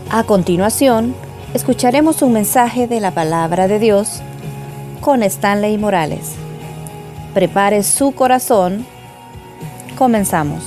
A continuación, escucharemos un mensaje de la Palabra de Dios con Stanley Morales. Prepare su corazón. Comenzamos.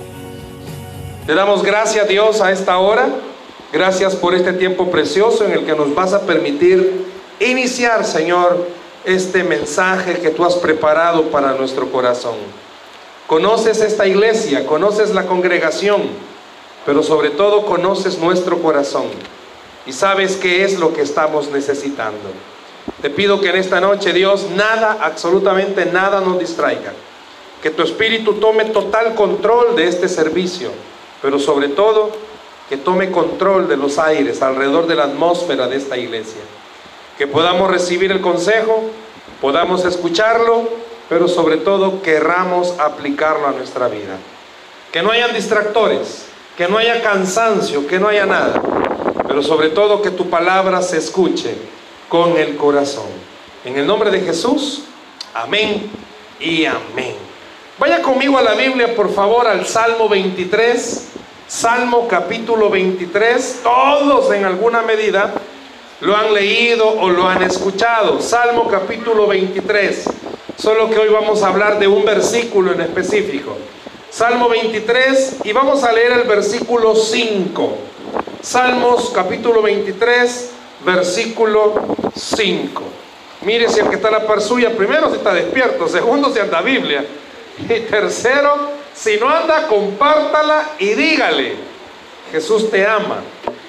Le damos gracias a Dios a esta hora. Gracias por este tiempo precioso en el que nos vas a permitir iniciar, Señor, este mensaje que tú has preparado para nuestro corazón. Conoces esta iglesia, conoces la congregación, pero sobre todo conoces nuestro corazón y sabes qué es lo que estamos necesitando. Te pido que en esta noche, Dios, nada, absolutamente nada nos distraiga. Que tu Espíritu tome total control de este servicio, pero sobre todo que tome control de los aires alrededor de la atmósfera de esta iglesia. Que podamos recibir el consejo, podamos escucharlo, pero sobre todo querramos aplicarlo a nuestra vida. Que no hayan distractores, que no haya cansancio, que no haya nada, pero sobre todo que tu palabra se escuche con el corazón. En el nombre de Jesús, amén y amén. Vaya conmigo a la Biblia, por favor, al Salmo 23, Salmo capítulo 23. Todos en alguna medida lo han leído o lo han escuchado. Salmo capítulo 23, solo que hoy vamos a hablar de un versículo en específico. Salmo 23 y vamos a leer el versículo 5. Salmos capítulo 23, versículo 5. Mire si el que está a la par suya, primero si está despierto, segundo si anda Biblia, y tercero, si no anda, compártala y dígale: Jesús te ama.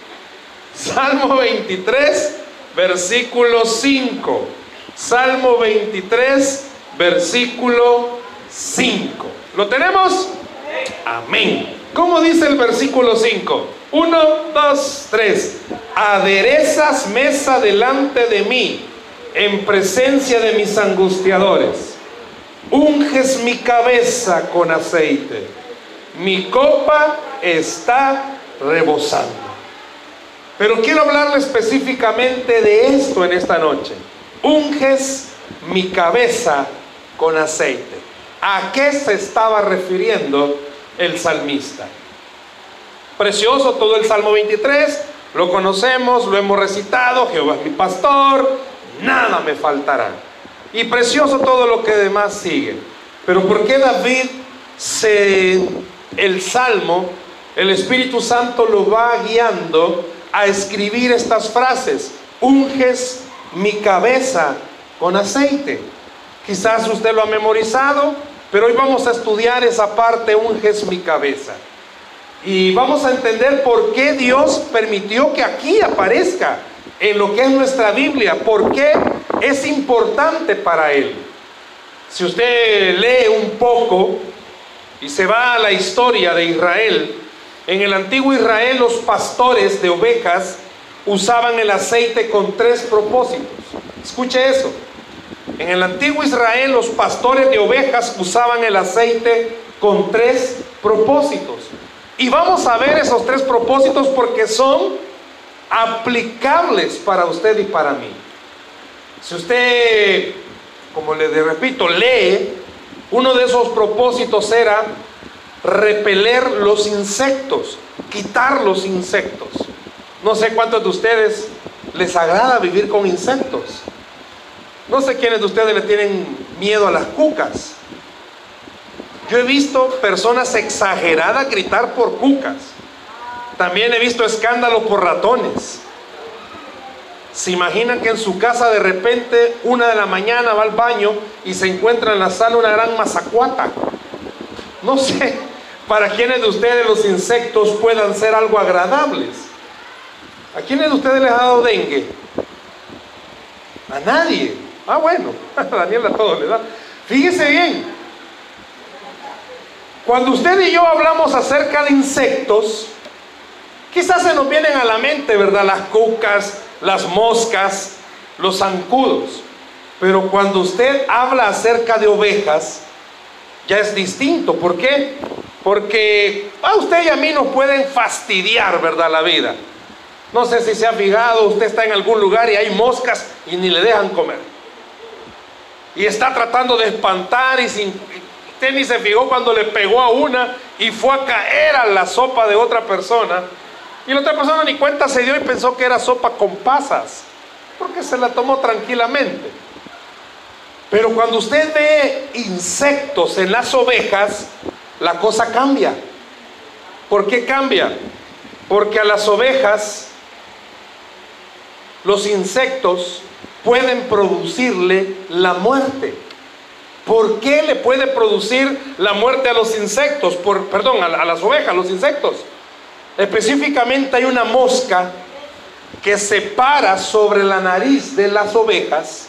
Salmo 23, versículo 5. Salmo 23, versículo 5. ¿Lo tenemos? Amén. ¿Cómo dice el versículo 5? 1, 2, 3. Aderezas mesa delante de mí, en presencia de mis angustiadores. Unges mi cabeza con aceite. Mi copa está rebosando. Pero quiero hablarle específicamente de esto en esta noche. Unges mi cabeza con aceite. ¿A qué se estaba refiriendo el salmista? Precioso todo el Salmo 23, lo conocemos, lo hemos recitado. Jehová es mi pastor, nada me faltará. Y precioso todo lo que demás sigue. Pero ¿por qué David, el Salmo, el Espíritu Santo lo va guiando a escribir estas frases? Unges mi cabeza con aceite. Quizás usted lo ha memorizado, pero hoy vamos a estudiar esa parte, unges mi cabeza. Y vamos a entender por qué Dios permitió que aquí aparezca en lo que es nuestra Biblia, por qué es importante para Él. Si usted lee un poco y se va a la historia de Israel, en el antiguo Israel los pastores de ovejas usaban el aceite con 3 propósitos. Escuche eso. En el antiguo Israel los pastores de ovejas usaban el aceite con 3 propósitos. Y vamos a ver esos 3 propósitos porque son aplicables para usted y para mí. Si usted, como le repito, lee, uno de esos propósitos era repeler los insectos, quitar los insectos. No sé cuántos de ustedes les agrada vivir con insectos. No sé quiénes de ustedes le tienen miedo a las cucas. Yo he visto personas exageradas gritar por cucas. También he visto escándalos por ratones. ¿Se imaginan que en su casa de repente 1 de la mañana va al baño y se encuentra en la sala una gran mazacuata? No sé para quiénes de ustedes los insectos puedan ser algo agradables. ¿A quiénes de ustedes les ha dado dengue? A nadie. Ah, bueno, a Daniel a todos le da. Fíjese bien. Cuando usted y yo hablamos acerca de insectos, quizás se nos vienen a la mente, ¿verdad? Las cucas, las moscas, los zancudos. Pero cuando usted habla acerca de ovejas, ya es distinto. ¿Por qué? Porque a usted y a mí nos pueden fastidiar, ¿verdad? La vida. No sé si se ha fijado, usted está en algún lugar y hay moscas y ni le dejan comer. Y está tratando de espantar y usted ni se fijó cuando le pegó a una y fue a caer a la sopa de otra persona. Y la otra persona ni cuenta se dio y pensó que era sopa con pasas, porque se la tomó tranquilamente. Pero cuando usted ve insectos en las ovejas, la cosa cambia. ¿Por qué cambia? Porque a las ovejas, los insectos pueden producirle la muerte. ¿Por qué le puede producir la muerte a los insectos? A las ovejas, los insectos. Específicamente hay una mosca que se para sobre la nariz de las ovejas,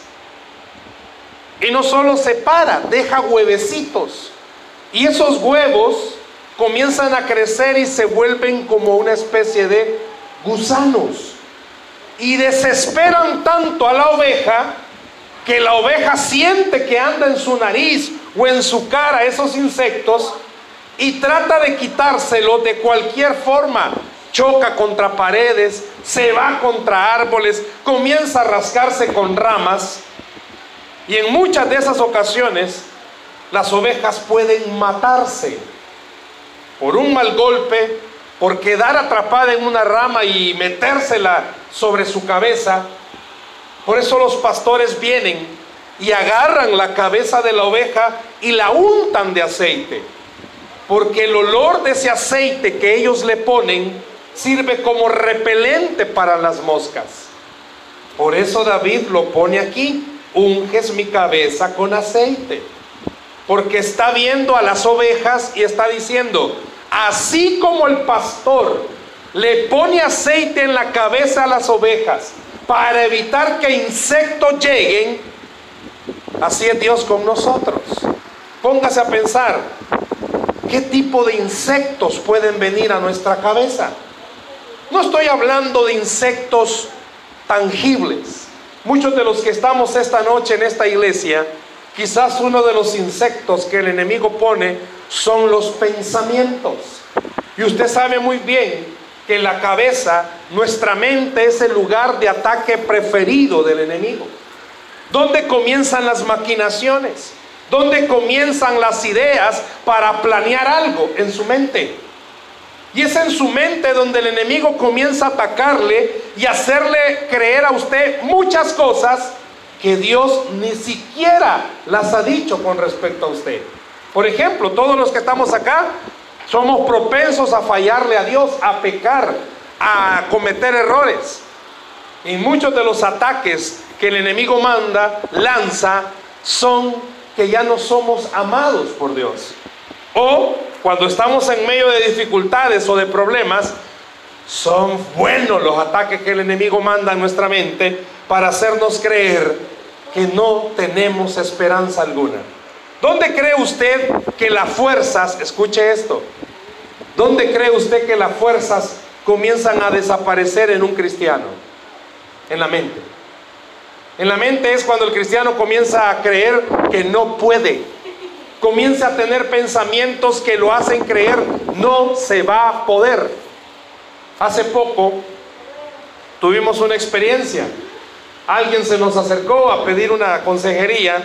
y no solo se para, deja huevecitos, y esos huevos comienzan a crecer y se vuelven como una especie de gusanos, y desesperan tanto a la oveja que la oveja siente que anda en su nariz o en su cara esos insectos y trata de quitárselo de cualquier forma. Choca contra paredes, se va contra árboles, comienza a rascarse con ramas, y en muchas de esas ocasiones las ovejas pueden matarse por un mal golpe, por quedar atrapada en una rama y metérsela sobre su cabeza. Por eso los pastores vienen y agarran la cabeza de la oveja y la untan de aceite, porque el olor de ese aceite que ellos le ponen sirve como repelente para las moscas. Por eso David lo pone aquí: unges mi cabeza con aceite, porque está viendo a las ovejas y está diciendo: así como el pastor le pone aceite en la cabeza a las ovejas para evitar que insectos lleguen, así es Dios con nosotros. Póngase a pensar, ¿qué tipo de insectos pueden venir a nuestra cabeza? No estoy hablando de insectos tangibles. Muchos de los que estamos esta noche en esta iglesia, quizás uno de los insectos que el enemigo pone son los pensamientos. Y usted sabe muy bien que la cabeza, nuestra mente, es el lugar de ataque preferido del enemigo. ¿Dónde comienzan las maquinaciones? ¿Dónde comienzan las ideas para planear algo? En su mente. Y es en su mente donde el enemigo comienza a atacarle y hacerle creer a usted muchas cosas que Dios ni siquiera las ha dicho con respecto a usted. Por ejemplo, todos los que estamos acá somos propensos a fallarle a Dios, a pecar, a cometer errores. Y muchos de los ataques que el enemigo lanza, son que ya no somos amados por Dios. O cuando estamos en medio de dificultades o de problemas, son buenos los ataques que el enemigo manda en nuestra mente para hacernos creer que no tenemos esperanza alguna. ¿Dónde cree usted que las fuerzas, escuche esto, dónde cree usted que las fuerzas comienzan a desaparecer en un cristiano? En la mente. En la mente es cuando el cristiano comienza a creer que no puede. Comienza a tener pensamientos que lo hacen creer no se va a poder. Hace poco tuvimos una experiencia. Alguien se nos acercó a pedir una consejería,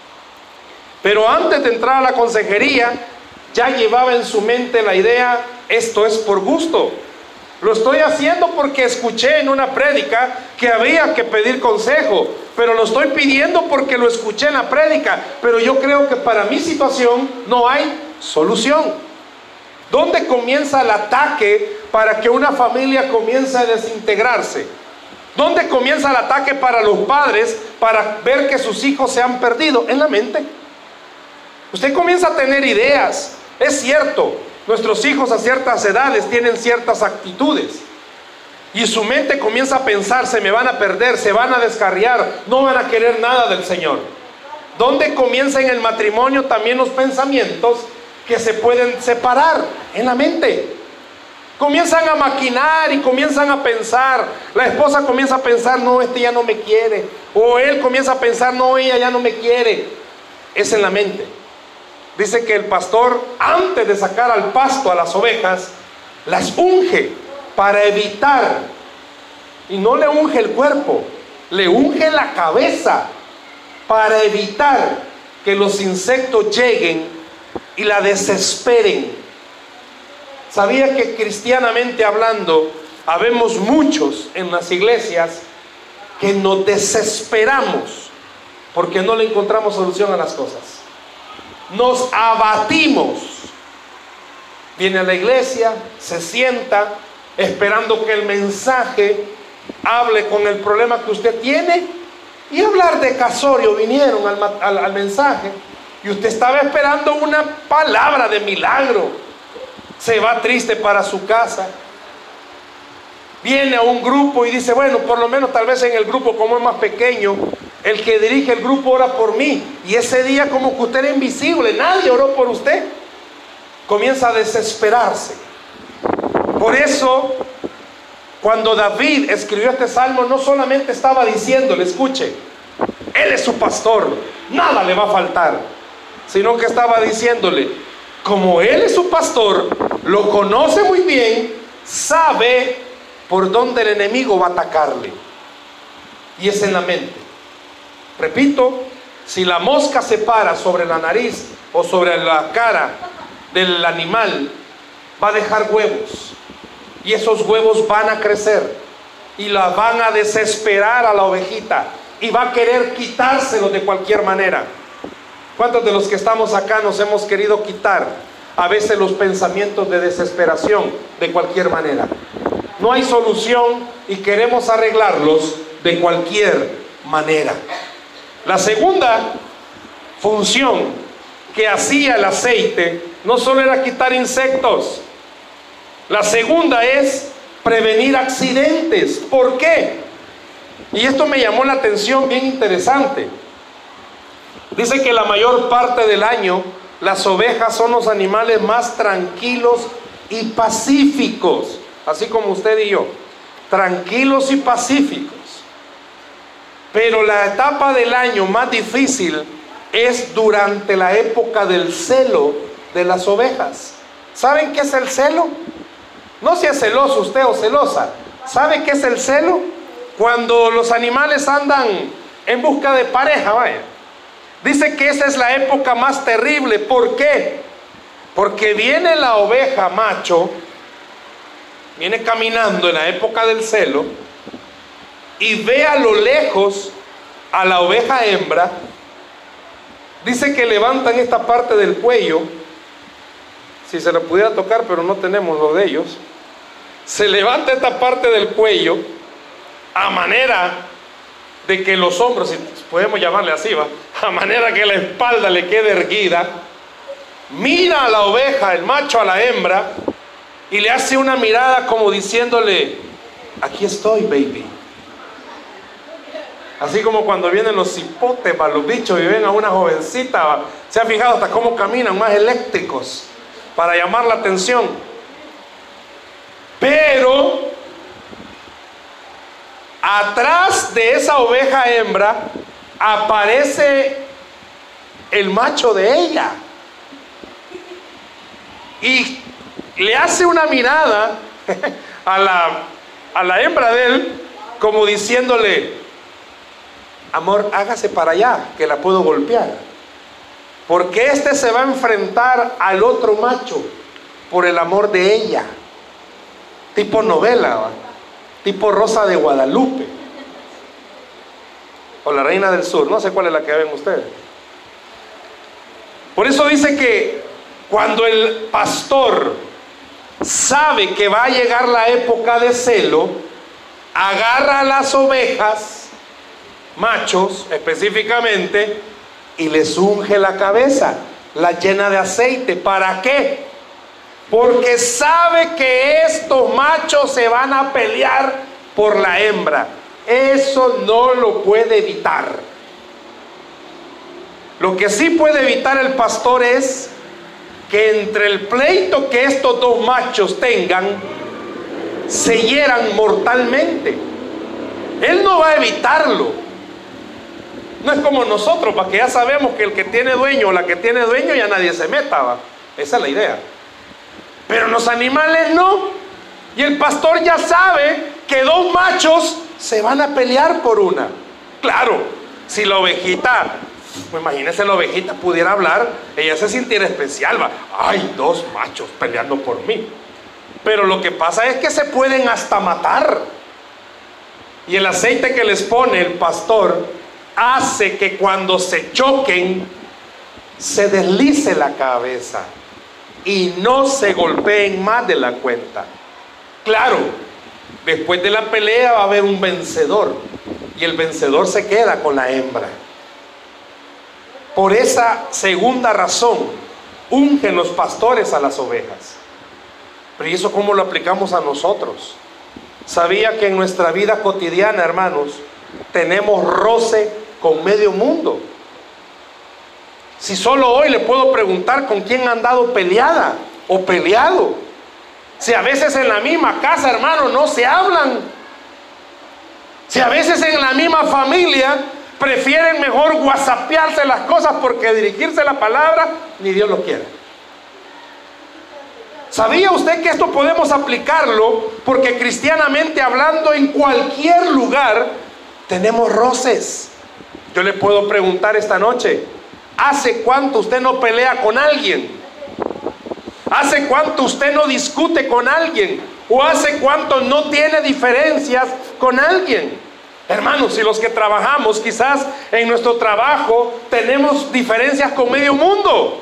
pero antes de entrar a la consejería ya llevaba en su mente la idea: esto es por gusto. Lo estoy haciendo porque escuché en una prédica que había que pedir consejo, pero lo estoy pidiendo porque lo escuché en la prédica, pero yo creo que para mi situación no hay solución. ¿Dónde comienza el ataque para que una familia comience a desintegrarse? ¿Dónde comienza el ataque para los padres para ver que sus hijos se han perdido? En la mente. Usted comienza a tener ideas. Es cierto, nuestros hijos a ciertas edades tienen ciertas actitudes y su mente comienza a pensar: se me van a perder, se van a descarriar, no van a querer nada del Señor. ¿Dónde comienza en el matrimonio también los pensamientos que se pueden separar? En la mente. Comienzan a maquinar y comienzan a pensar. La esposa comienza a pensar: no, este ya no me quiere. O él comienza a pensar: no, ella ya no me quiere. Es en la mente. Dice que el pastor, antes de sacar al pasto a las ovejas, las unge para evitar, y no le unge el cuerpo, le unge la cabeza para evitar que los insectos lleguen y la desesperen. ¿Sabía que cristianamente hablando habemos muchos en las iglesias que nos desesperamos porque no le encontramos solución a las cosas. Nos abatimos. Viene a la iglesia, se sienta esperando que el mensaje hable con el problema que usted tiene, y hablar de casorio vinieron al mensaje, y usted estaba esperando una palabra de milagro. Se va triste para su casa, viene a un grupo y dice, bueno, por lo menos tal vez en el grupo, como es más pequeño, el que dirige el grupo ora por mí, y ese día como que usted era invisible, nadie oró por usted. Comienza a desesperarse. Por eso, cuando David escribió este salmo, no solamente estaba diciéndole, escuche, él es su pastor, nada le va a faltar, sino que estaba diciéndole, como él es su pastor, lo conoce muy bien, sabe por dónde el enemigo va a atacarle, y es en la mente. Repito, si la mosca se para sobre la nariz o sobre la cara del animal, va a dejar huevos, y esos huevos van a crecer y la van a desesperar a la ovejita, y va a querer quitárselo de cualquier manera. ¿Cuántos de los que estamos acá nos hemos querido quitar a veces los pensamientos de desesperación de cualquier manera? No hay solución y queremos arreglarlos de cualquier manera. La segunda función que hacía el aceite no solo era quitar insectos, la segunda es prevenir accidentes. ¿Por qué? Y esto me llamó la atención, bien interesante. Dice que la mayor parte del año las ovejas son los animales más tranquilos y pacíficos, así como usted y yo, tranquilos y pacíficos. Pero la etapa del año más difícil es durante la época del celo de las ovejas. ¿Saben qué es el celo? No sea celoso usted o celosa. ¿Sabe qué es el celo? Cuando los animales andan en busca de pareja, vaya. Dice que esa es la época más terrible. ¿Por qué? Porque viene la oveja macho, viene caminando en la época del celo, y ve a lo lejos a la oveja hembra. Dice que levantan esta parte del cuello, si se la pudiera tocar, pero no tenemos lo de ellos. Se levanta esta parte del cuello a manera de que los hombros, si podemos llamarle así, va, a manera que la espalda le quede erguida. Mira a la oveja, el macho a la hembra, y le hace una mirada como diciéndole, aquí estoy, baby. Así como cuando vienen los cipotes para los bichos y ven a una jovencita, ¿va? Se ha fijado hasta cómo caminan más eléctricos para llamar la atención. Pero atrás de esa oveja hembra aparece el macho de ella y le hace una mirada a la hembra de él, como diciéndole, amor, hágase para allá, que la puedo golpear, porque este se va a enfrentar al otro macho por el amor de ella. Tipo novela, ¿va? Tipo Rosa de Guadalupe o La Reina del Sur, no sé cuál es la que ven ustedes. Por eso dice que cuando el pastor sabe que va a llegar la época de celo, agarra a las ovejas, machos específicamente, y les unge la cabeza, la llena de aceite. ¿Para qué? Porque sabe que estos machos se van a pelear por la hembra. Eso no lo puede evitar. Lo que sí puede evitar el pastor es que entre el pleito que estos dos machos tengan, se hieran mortalmente. Él no va a evitarlo. No es como nosotros, para que ya sabemos que el que tiene dueño o la que tiene dueño ya nadie se meta, ¿va? Esa es la idea. Pero los animales no. Y el pastor ya sabe que dos machos se van a pelear por una. Claro, si la ovejita, pues imagínense, la ovejita pudiera hablar, ella se sintiera especial, va. Ay, dos machos peleando por mí. pero lo que pasa es que se pueden hasta matar. Y el aceite que les pone el pastor hace que cuando se choquen se deslice la cabeza y no se golpeen más de la cuenta. Claro, después de la pelea va a haber un vencedor y el vencedor se queda con la hembra. Por esa segunda razón ungen los pastores a las ovejas. Pero ¿y eso cómo lo aplicamos a nosotros? ¿Sabía que en nuestra vida cotidiana, hermanos, tenemos roce con medio mundo? Si solo hoy le puedo preguntar con quién han andado peleada o peleado. Si a veces en la misma casa, hermanos, no se hablan. Si a veces en la misma familia prefieren mejor whatsappearse las cosas porque dirigirse la palabra ni Dios lo quiere. ¿Sabía usted que esto podemos aplicarlo? Porque cristianamente hablando, en cualquier lugar tenemos roces. Yo le puedo preguntar esta noche, ¿hace cuánto usted no pelea con alguien? ¿Hace cuánto usted no discute con alguien? ¿O hace cuánto no tiene diferencias con alguien? Hermanos, si los que trabajamos, quizás en nuestro trabajo tenemos diferencias con medio mundo.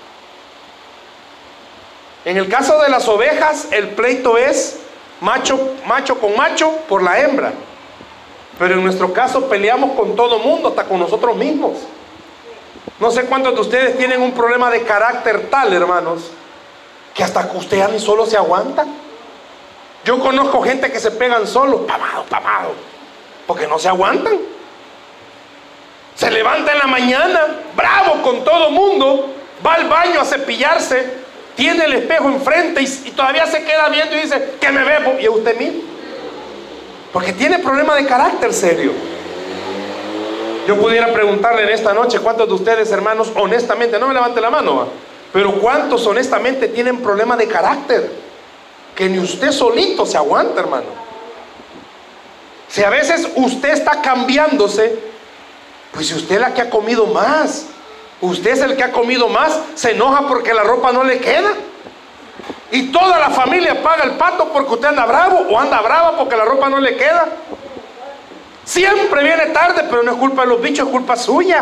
En el caso de las ovejas, el pleito es macho con macho por la hembra. Pero en nuestro caso peleamos con todo mundo, hasta con nosotros mismos. No sé cuántos de ustedes tienen un problema de carácter tal, hermanos, que hasta que usted ya ni solo se aguanta. Yo conozco gente que se pegan solos, pamado, porque no se aguantan. Se levanta en la mañana, bravo con todo mundo, va al baño a cepillarse, tiene el espejo enfrente y todavía se queda viendo y dice, ¿qué me ve? ¿Y usted mismo? Porque tiene problema de carácter serio. Yo pudiera preguntarle en esta noche, ¿cuántos de ustedes, hermanos, honestamente, no me levante la mano, ¿va? Pero cuántos honestamente tienen problema de carácter? Que ni usted solito se aguanta, hermano. Si a veces usted está cambiándose, pues si usted es la que ha comido más, usted es el que ha comido más, se enoja porque la ropa no le queda. Y toda la familia paga el pato porque usted anda bravo o anda brava porque la ropa no le queda. Siempre viene tarde, pero no es culpa de los bichos, es culpa suya.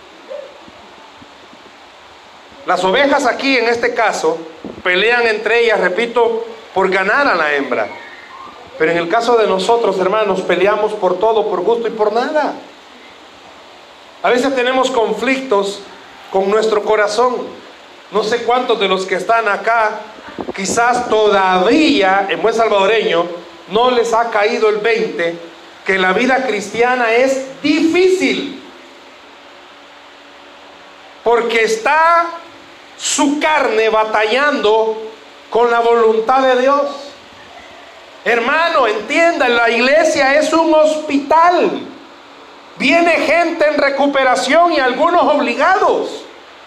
Las ovejas aquí, en este caso, pelean entre ellas, repito, por ganar a la hembra. Pero en el caso de nosotros, hermanos, peleamos por todo, por gusto y por nada. A veces tenemos conflictos con nuestro corazón. No sé cuántos de los que están acá, quizás todavía, en buen salvadoreño, no les ha caído el 20, que la vida cristiana es difícil. Porque está su carne batallando con la voluntad de Dios. Hermano, entienda, la iglesia es un hospital. Viene gente en recuperación y algunos obligados.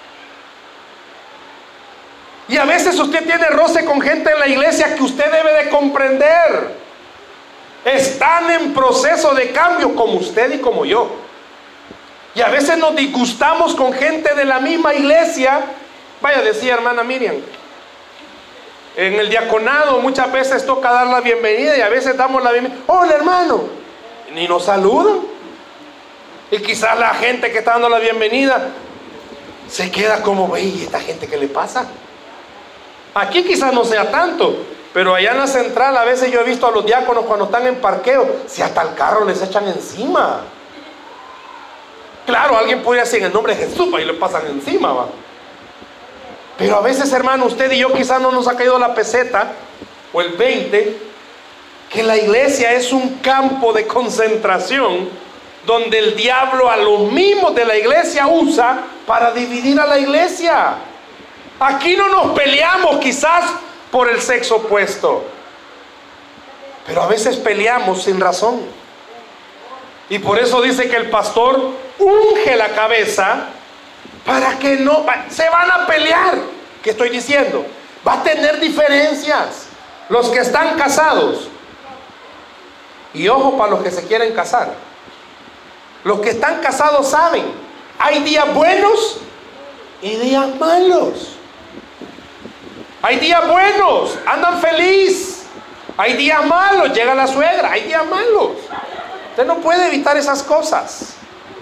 Y a veces usted tiene roce con gente en la iglesia que usted debe de comprender. Están en proceso de cambio como usted y como yo. Y a veces nos disgustamos con gente de la misma iglesia. Vaya, decía hermana Miriam, en el diaconado muchas veces toca dar la bienvenida y a veces damos la bienvenida. Hola hermano, ni nos saludan. Y quizás la gente que está dando la bienvenida se queda como, ¿y esta gente qué le pasa? Aquí quizás no sea tanto, pero allá en la central a veces yo he visto a los diáconos cuando están en parqueo, si hasta el carro les echan encima. Claro, alguien podría decir en el nombre de Jesús, ahí le pasan encima, va. Pero a veces, hermano, usted y yo quizás no nos ha caído la peseta o el 20, que la iglesia es un campo de concentración donde el diablo a los mismos de la iglesia usa para dividir a la iglesia. Aquí no nos peleamos quizás por el sexo opuesto, pero a veces peleamos sin razón. Y por eso dice que el pastor unge la cabeza para que no se van a pelear. ¿Qué estoy diciendo? Va a tener diferencias. Los que están casados, y ojo para los que se quieren casar, los que están casados saben, hay días buenos y días malos. Hay días buenos, andan feliz. Hay días malos, llega la suegra. Hay días malos. Usted no puede evitar esas cosas.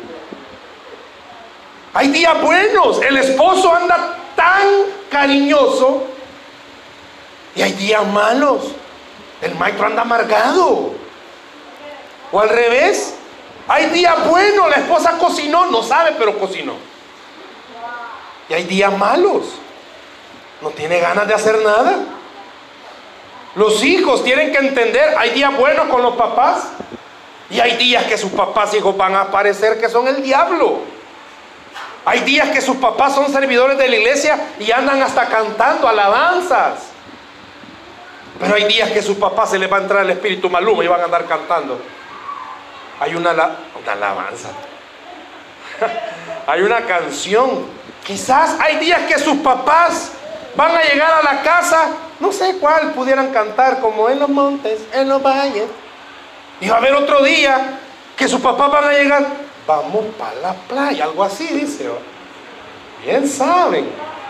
Hay días buenos, el esposo anda tan cariñoso. Y hay días malos, el maestro anda amargado. O al revés, hay días buenos, la esposa cocinó, no sabe, pero cocinó. Y hay días malos, no tiene ganas de hacer nada. Los hijos tienen que entender, hay días buenos con los papás y hay días que sus papás hijos van a parecer que son el diablo. Hay días que sus papás son servidores de la iglesia y andan hasta cantando alabanzas. Pero hay días que sus papás se les va a entrar el espíritu Maluma y van a andar cantando. Hay una alabanza. Hay una canción. Quizás hay días que sus papás van a llegar a la casa, no sé cuál pudieran cantar, como en los montes, en los valles. Y va a haber otro día que sus papás van a llegar, vamos para la playa, algo así dice. Bien saben.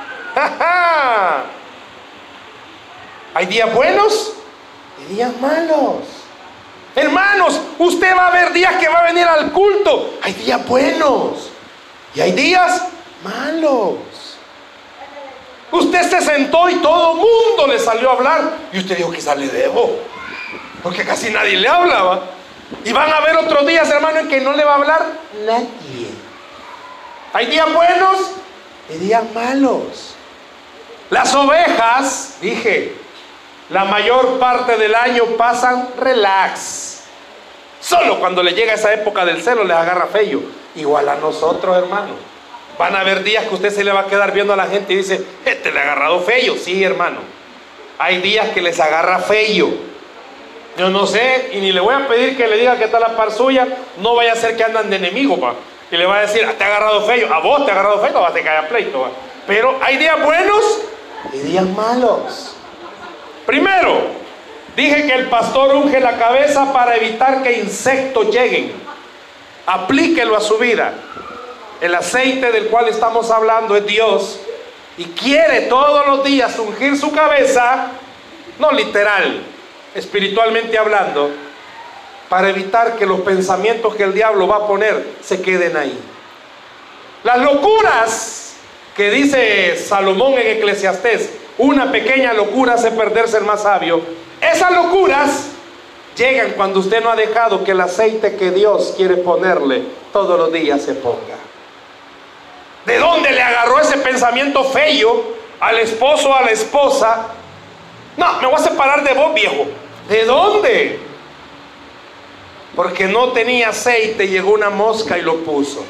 Hay días buenos y días malos. Hermanos, usted va a ver días que va a venir al culto. Hay días buenos y hay días malos. Usted se sentó y todo el mundo le salió a hablar y usted dijo, quizás le debo, porque casi nadie le hablaba. Y van a haber otros días, hermano, en que no le va a hablar nadie. Hay días buenos y días malos. Las ovejas, dije, la mayor parte del año pasan relax. Solo cuando le llega esa época del celo les agarra feo. Igual a nosotros, hermano. Van a haber días que usted se le va a quedar viendo a la gente y dice, este le ha agarrado feo. Sí, hermano. Hay días que les agarra feo. Yo no sé, y ni le voy a pedir que le diga que está la par suya. No vaya a ser que andan de enemigo, pa. Y le va a decir, te ha agarrado feo. A vos te ha agarrado feo, vas a caer a pleito, pa. Pero hay días buenos y días malos. Primero, dije que el pastor unge la cabeza para evitar que insectos lleguen. Aplíquelo a su vida. El aceite del cual estamos hablando es Dios y quiere todos los días ungir su cabeza, no literal, espiritualmente hablando, para evitar que los pensamientos que el diablo va a poner se queden ahí. Las locuras que dice Salomón en Eclesiastés, una pequeña locura hace perderse el más sabio. Esas locuras llegan cuando usted no ha dejado que el aceite que Dios quiere ponerle todos los días se ponga. ¿De dónde le agarró ese pensamiento feo al esposo o a la esposa? No, me voy a separar de vos, viejo. ¿De dónde? Porque no tenía aceite, llegó una mosca y lo puso.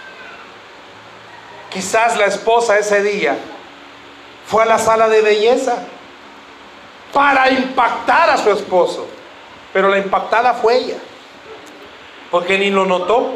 Quizás la esposa ese día fue a la sala de belleza para impactar a su esposo, pero la impactada fue ella, porque ni lo notó.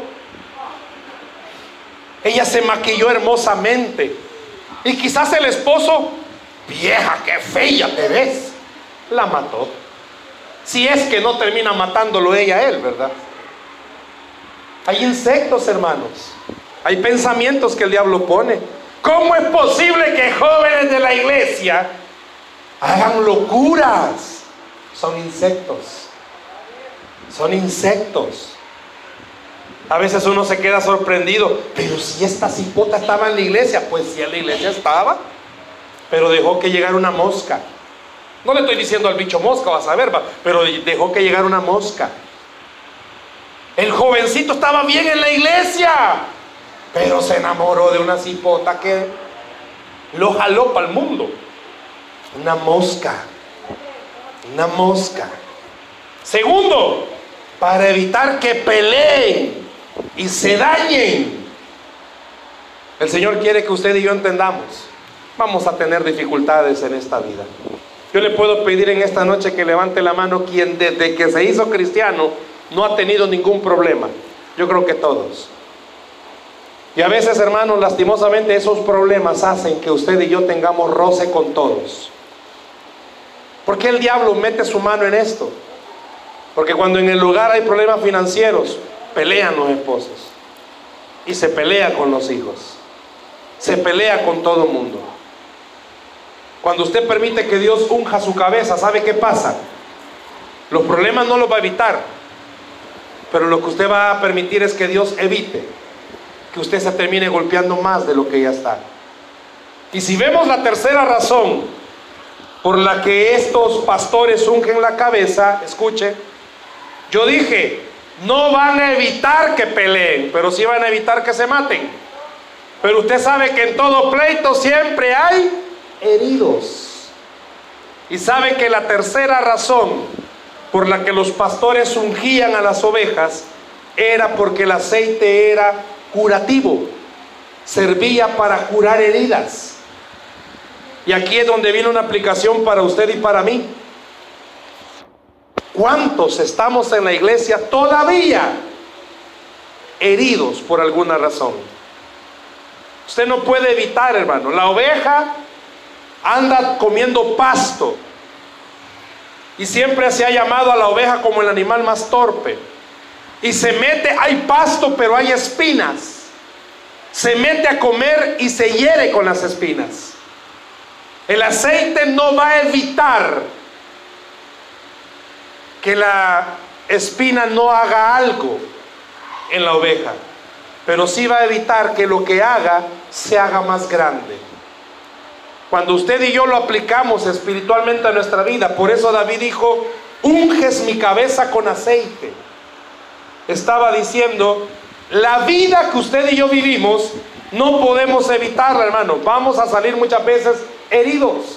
Ella se maquilló hermosamente y quizás el esposo, vieja, qué fea te ves, la mató. Si es que no termina matándolo ella a él, ¿verdad? Hay insectos, hermanos. Hay pensamientos que el diablo pone. ¿Cómo es posible que jóvenes de la iglesia hagan locuras? Son insectos. Son insectos. A veces uno se queda sorprendido. Pero si esta cipota estaba en la iglesia. Pues si en la iglesia estaba, pero dejó que llegara una mosca. No le estoy diciendo al bicho mosca, vas a ver, pero dejó que llegara una mosca. El jovencito estaba bien en la iglesia, pero se enamoró de una cipota que lo jaló para el mundo. Una mosca. Una mosca. Segundo, para evitar que peleen y se dañen. El Señor quiere que usted y yo entendamos. Vamos a tener dificultades en esta vida. Yo le puedo pedir en esta noche que levante la mano quien desde que se hizo cristiano no ha tenido ningún problema. Yo creo que todos. Y a veces, hermanos, lastimosamente esos problemas hacen que usted y yo tengamos roce con todos. ¿Por qué el diablo mete su mano en esto? Porque cuando en el hogar hay problemas financieros, pelean los esposos. Y se pelea con los hijos. Se pelea con todo el mundo. Cuando usted permite que Dios unja su cabeza, ¿sabe qué pasa? Los problemas no los va a evitar, pero lo que usted va a permitir es que Dios evite que usted se termine golpeando más de lo que ya está. Y si vemos la tercera razón por la que estos pastores ungen la cabeza, escuche, yo dije, no van a evitar que peleen, pero sí van a evitar que se maten. Pero usted sabe que en todo pleito siempre hay heridos. Y sabe que la tercera razón por la que los pastores ungían a las ovejas era porque el aceite era curativo, servía para curar heridas. Y aquí es donde viene una aplicación para usted y para mí. ¿Cuántos estamos en la iglesia todavía heridos por alguna razón? Usted no puede evitar, hermano. La oveja anda comiendo pasto y siempre se ha llamado a la oveja como el animal más torpe. Y se mete, hay pasto pero hay espinas. Se mete a comer y se hiere con las espinas. El aceite no va a evitar que la espina no haga algo en la oveja, pero sí va a evitar que lo que haga se haga más grande. Cuando usted y yo lo aplicamos espiritualmente a nuestra vida, por eso David dijo, unges mi cabeza con aceite. Estaba diciendo, la vida que usted y yo vivimos, no podemos evitarla, hermano. Vamos a salir muchas veces heridos,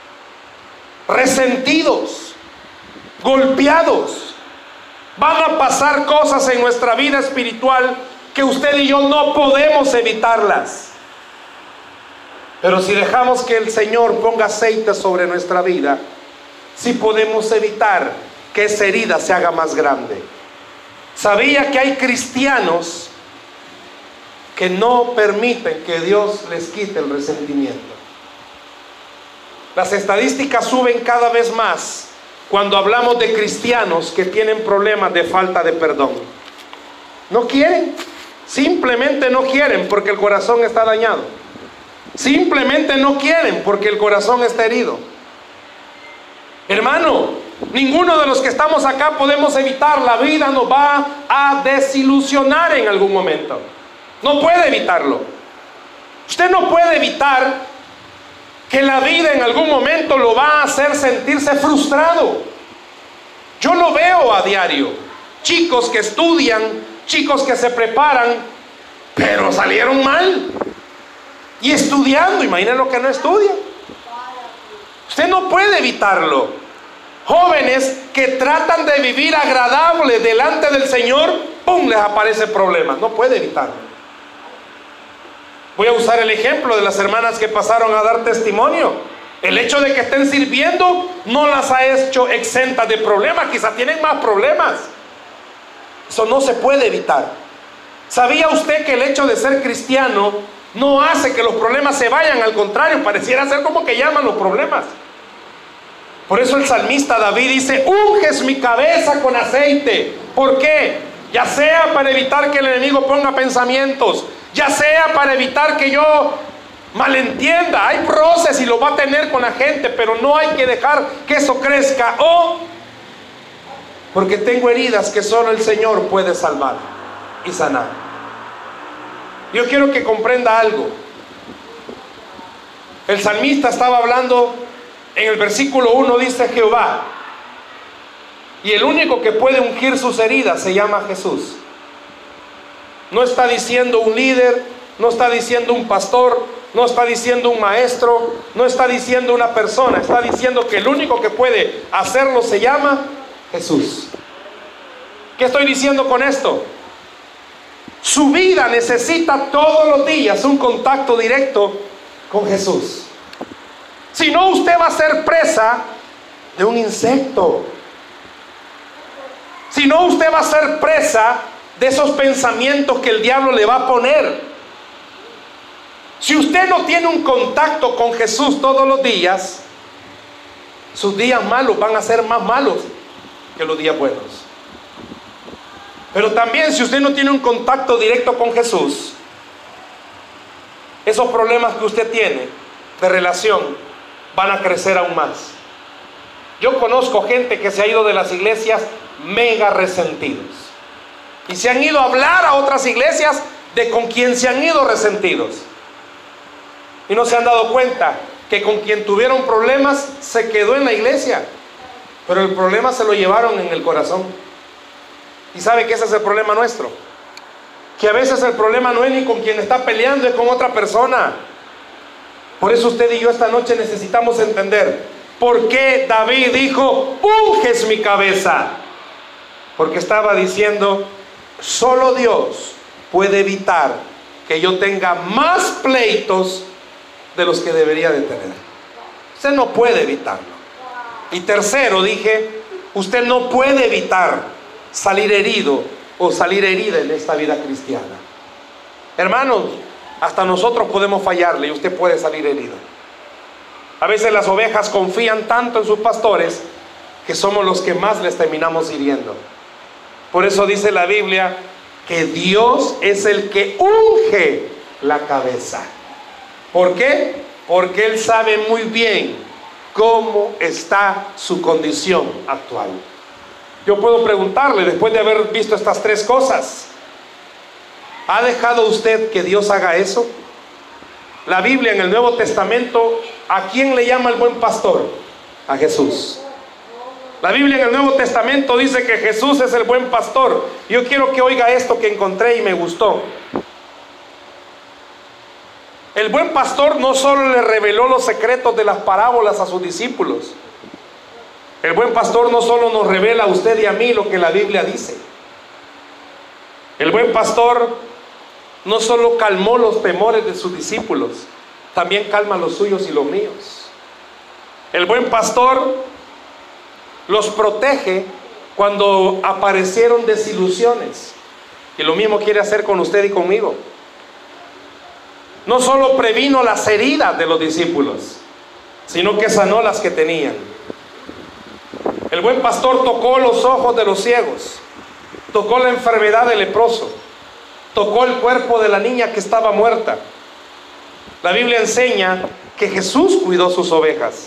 resentidos, golpeados. Van a pasar cosas en nuestra vida espiritual que usted y yo no podemos evitarlas. Pero si dejamos que el Señor ponga aceite sobre nuestra vida, sí podemos evitar que esa herida se haga más grande. ¿Sabía que hay cristianos que no permiten que Dios les quite el resentimiento? Las estadísticas suben cada vez más cuando hablamos de cristianos que tienen problemas de falta de perdón. No quieren, simplemente no quieren porque el corazón está dañado. Simplemente no quieren porque el corazón está herido. Hermano, ninguno de los que estamos acá podemos evitar. La vida nos va a desilusionar en algún momento. No puede evitarlo. Usted no puede evitar que la vida en algún momento lo va a hacer sentirse frustrado. Yo lo veo a diario. Chicos que estudian, chicos que se preparan, pero salieron mal. Y estudiando, imaginen lo que no estudian. Usted no puede evitarlo. Jóvenes que tratan de vivir agradable delante del Señor, ¡pum!, les aparece problemas. No puede evitarlo. Voy a usar el ejemplo de las hermanas que pasaron a dar testimonio. El hecho de que estén sirviendo no las ha hecho exentas de problemas. Quizás tienen más problemas. Eso no se puede evitar. ¿Sabía usted que el hecho de ser cristiano no hace que los problemas se vayan? Al contrario, pareciera ser como que llaman los problemas. Por eso el salmista David dice, unges mi cabeza con aceite. ¿Por qué? Ya sea para evitar que el enemigo ponga pensamientos, ya sea para evitar que yo malentienda. Hay procesos y lo va a tener con la gente, pero no hay que dejar que eso crezca. O porque tengo heridas que solo el Señor puede salvar y sanar. Yo quiero que comprenda algo. El salmista estaba hablando, en el versículo 1 dice Jehová, y el único que puede ungir sus heridas se llama Jesús. No está diciendo un líder, no está diciendo un pastor, no está diciendo un maestro, no está diciendo una persona, está diciendo que el único que puede hacerlo se llama Jesús. ¿Qué estoy diciendo con esto? Su vida necesita todos los días un contacto directo con Jesús. Si no, usted va a ser presa de un insecto. Si no, usted va a ser presa de esos pensamientos que el diablo le va a poner. Si usted no tiene un contacto con Jesús todos los días, sus días malos van a ser más malos que los días buenos. Pero también si usted no tiene un contacto directo con Jesús, esos problemas que usted tiene de relación van a crecer aún más. Yo conozco gente que se ha ido de las iglesias mega resentidos. Y se han ido a hablar a otras iglesias de con quien se han ido resentidos. Y no se han dado cuenta que con quien tuvieron problemas se quedó en la iglesia. Pero el problema se lo llevaron en el corazón. Y sabe que ese es el problema nuestro. Que a veces el problema no es ni con quien está peleando, es con otra persona. Por eso usted y yo esta noche necesitamos entender por qué David dijo: unges mi cabeza. Porque estaba diciendo: solo Dios puede evitar que yo tenga más pleitos de los que debería de tener. Usted no puede evitarlo. Y tercero, dije, usted no puede evitar salir herido o salir herida en esta vida cristiana. Hermanos, hasta nosotros podemos fallarle y usted puede salir herido. A veces las ovejas confían tanto en sus pastores que somos los que más les terminamos hiriendo. Por eso dice la Biblia que Dios es el que unge la cabeza. ¿Por qué? Porque Él sabe muy bien cómo está su condición actual. Yo puedo preguntarle, después de haber visto estas tres cosas, ¿ha dejado usted que Dios haga eso? La Biblia en el Nuevo Testamento, ¿a quién le llama el buen pastor? A Jesús. La Biblia en el Nuevo Testamento dice que Jesús es el buen pastor. Yo quiero que oiga esto que encontré y me gustó. El buen pastor no solo le reveló los secretos de las parábolas a sus discípulos. El buen pastor no solo nos revela a usted y a mí lo que la Biblia dice. El buen pastor no solo calmó los temores de sus discípulos, también calma los suyos y los míos. El buen pastor los protege cuando aparecieron desilusiones. Y lo mismo quiere hacer con usted y conmigo. No solo previno las heridas de los discípulos, sino que sanó las que tenían. El buen pastor tocó los ojos de los ciegos, tocó la enfermedad del leproso, tocó el cuerpo de la niña que estaba muerta. La Biblia enseña que Jesús cuidó sus ovejas.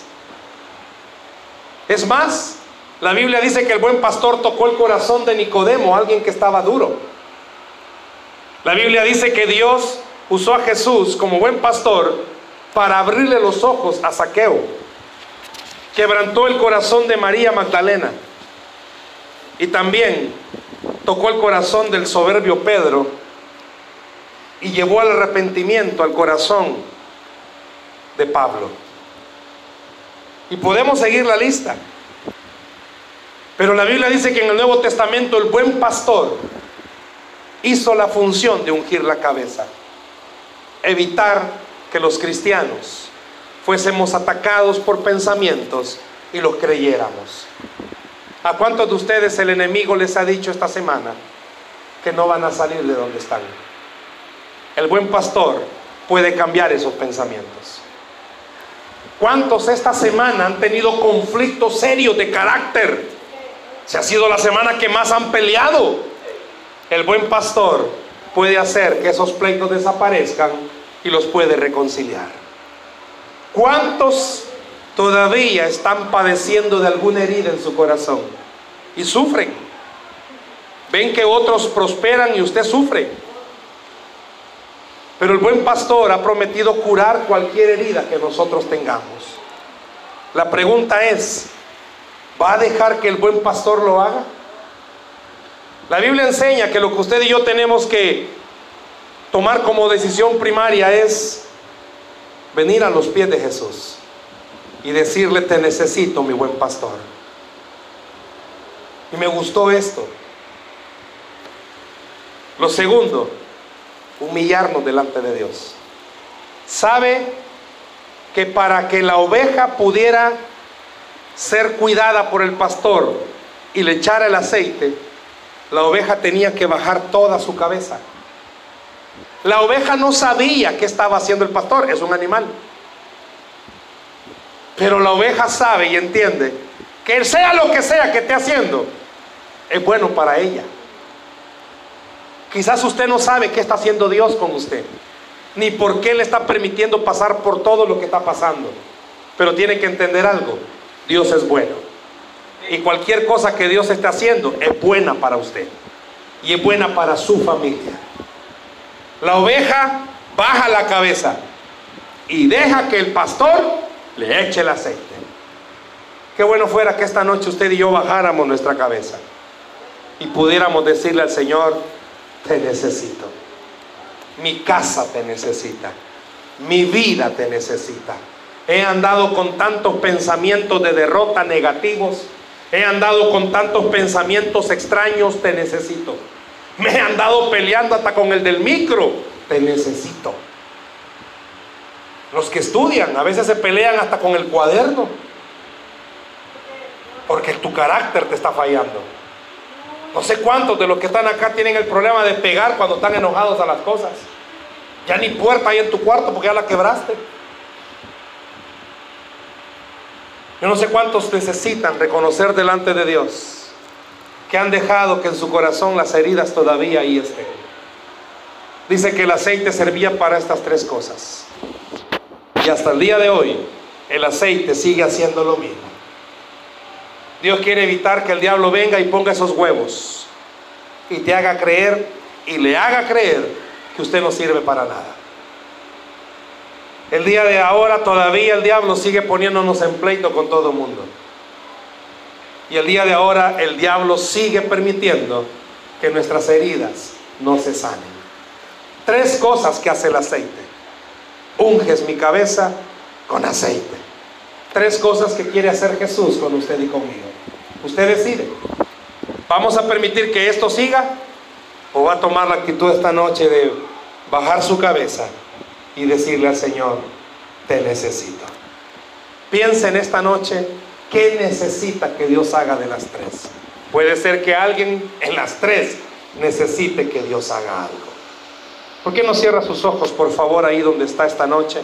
Es más, la Biblia dice que el buen pastor tocó el corazón de Nicodemo, alguien que estaba duro. La Biblia dice que Dios usó a Jesús como buen pastor para abrirle los ojos a Zaqueo. Quebrantó el corazón de María Magdalena. Y también tocó el corazón del soberbio Pedro y llevó al arrepentimiento al corazón de Pablo. Y podemos seguir la lista. Pero la Biblia dice que en el Nuevo Testamento el buen pastor hizo la función de ungir la cabeza. Evitar que los cristianos fuésemos atacados por pensamientos y los creyéramos. ¿A cuántos de ustedes el enemigo les ha dicho esta semana que no van a salir de donde están? El buen pastor puede cambiar esos pensamientos. ¿Cuántos esta semana han tenido conflictos serios de carácter? Si ha sido la semana que más han peleado. El buen pastor puede hacer que esos pleitos desaparezcan y los puede reconciliar. ¿Cuántos todavía están padeciendo de alguna herida en su corazón y sufren? Ven que otros prosperan y usted sufre. Pero el buen pastor ha prometido curar cualquier herida que nosotros tengamos. La pregunta es, ¿va a dejar que el buen pastor lo haga? La Biblia enseña que lo que usted y yo tenemos que tomar como decisión primaria es venir a los pies de Jesús y decirle: te necesito, mi buen pastor. Y me gustó esto. Lo segundo, humillarnos delante de Dios. ¿Sabe que para que la oveja pudiera ser cuidada por el pastor y le echara el aceite, la oveja tenía que bajar toda su cabeza? La oveja no sabía qué estaba haciendo el pastor, es un animal. Pero la oveja sabe y entiende que sea lo que sea que esté haciendo, es bueno para ella. Quizás usted no sabe qué está haciendo Dios con usted, ni por qué le está permitiendo pasar por todo lo que está pasando. Pero tiene que entender algo: Dios es bueno. Y cualquier cosa que Dios esté haciendo es buena para usted. Y es buena para su familia. La oveja baja la cabeza y deja que el pastor le eche el aceite. Qué bueno fuera que esta noche usted y yo bajáramos nuestra cabeza y pudiéramos decirle al Señor: te necesito. Mi casa te necesita. Mi vida te necesita. He andado con tantos pensamientos de derrota negativos. He andado con tantos pensamientos extraños. Te necesito. Me he andado peleando hasta con el del micro. Te necesito. Los que estudian a veces se pelean hasta con el cuaderno, porque tu carácter te está fallando. No sé cuántos de los que están acá tienen el problema de pegar cuando están enojados a las cosas. Ya ni puerta hay en tu cuarto porque ya la quebraste. Yo no sé cuántos necesitan reconocer delante de Dios que han dejado que en su corazón las heridas todavía ahí estén. Dice que el aceite servía para estas tres cosas. Y hasta el día de hoy el aceite sigue haciendo lo mismo. Dios quiere evitar que el diablo venga y ponga esos huevos y te haga creer y le haga creer que usted no sirve para nada. El día de ahora todavía el diablo sigue poniéndonos en pleito con todo el mundo. Y el día de ahora el diablo sigue permitiendo que nuestras heridas no se sanen. Tres cosas que hace el aceite. Unges mi cabeza con aceite. Tres cosas que quiere hacer Jesús con usted y conmigo. Usted decide. ¿Vamos a permitir que esto siga? ¿O va a tomar la actitud esta noche de bajar su cabeza y decirle al Señor: te necesito? Piensa en esta noche qué necesita que Dios haga de las tres. Puede ser que alguien en las tres necesite que Dios haga algo. ¿Por qué no cierra sus ojos, por favor, ahí donde está esta noche?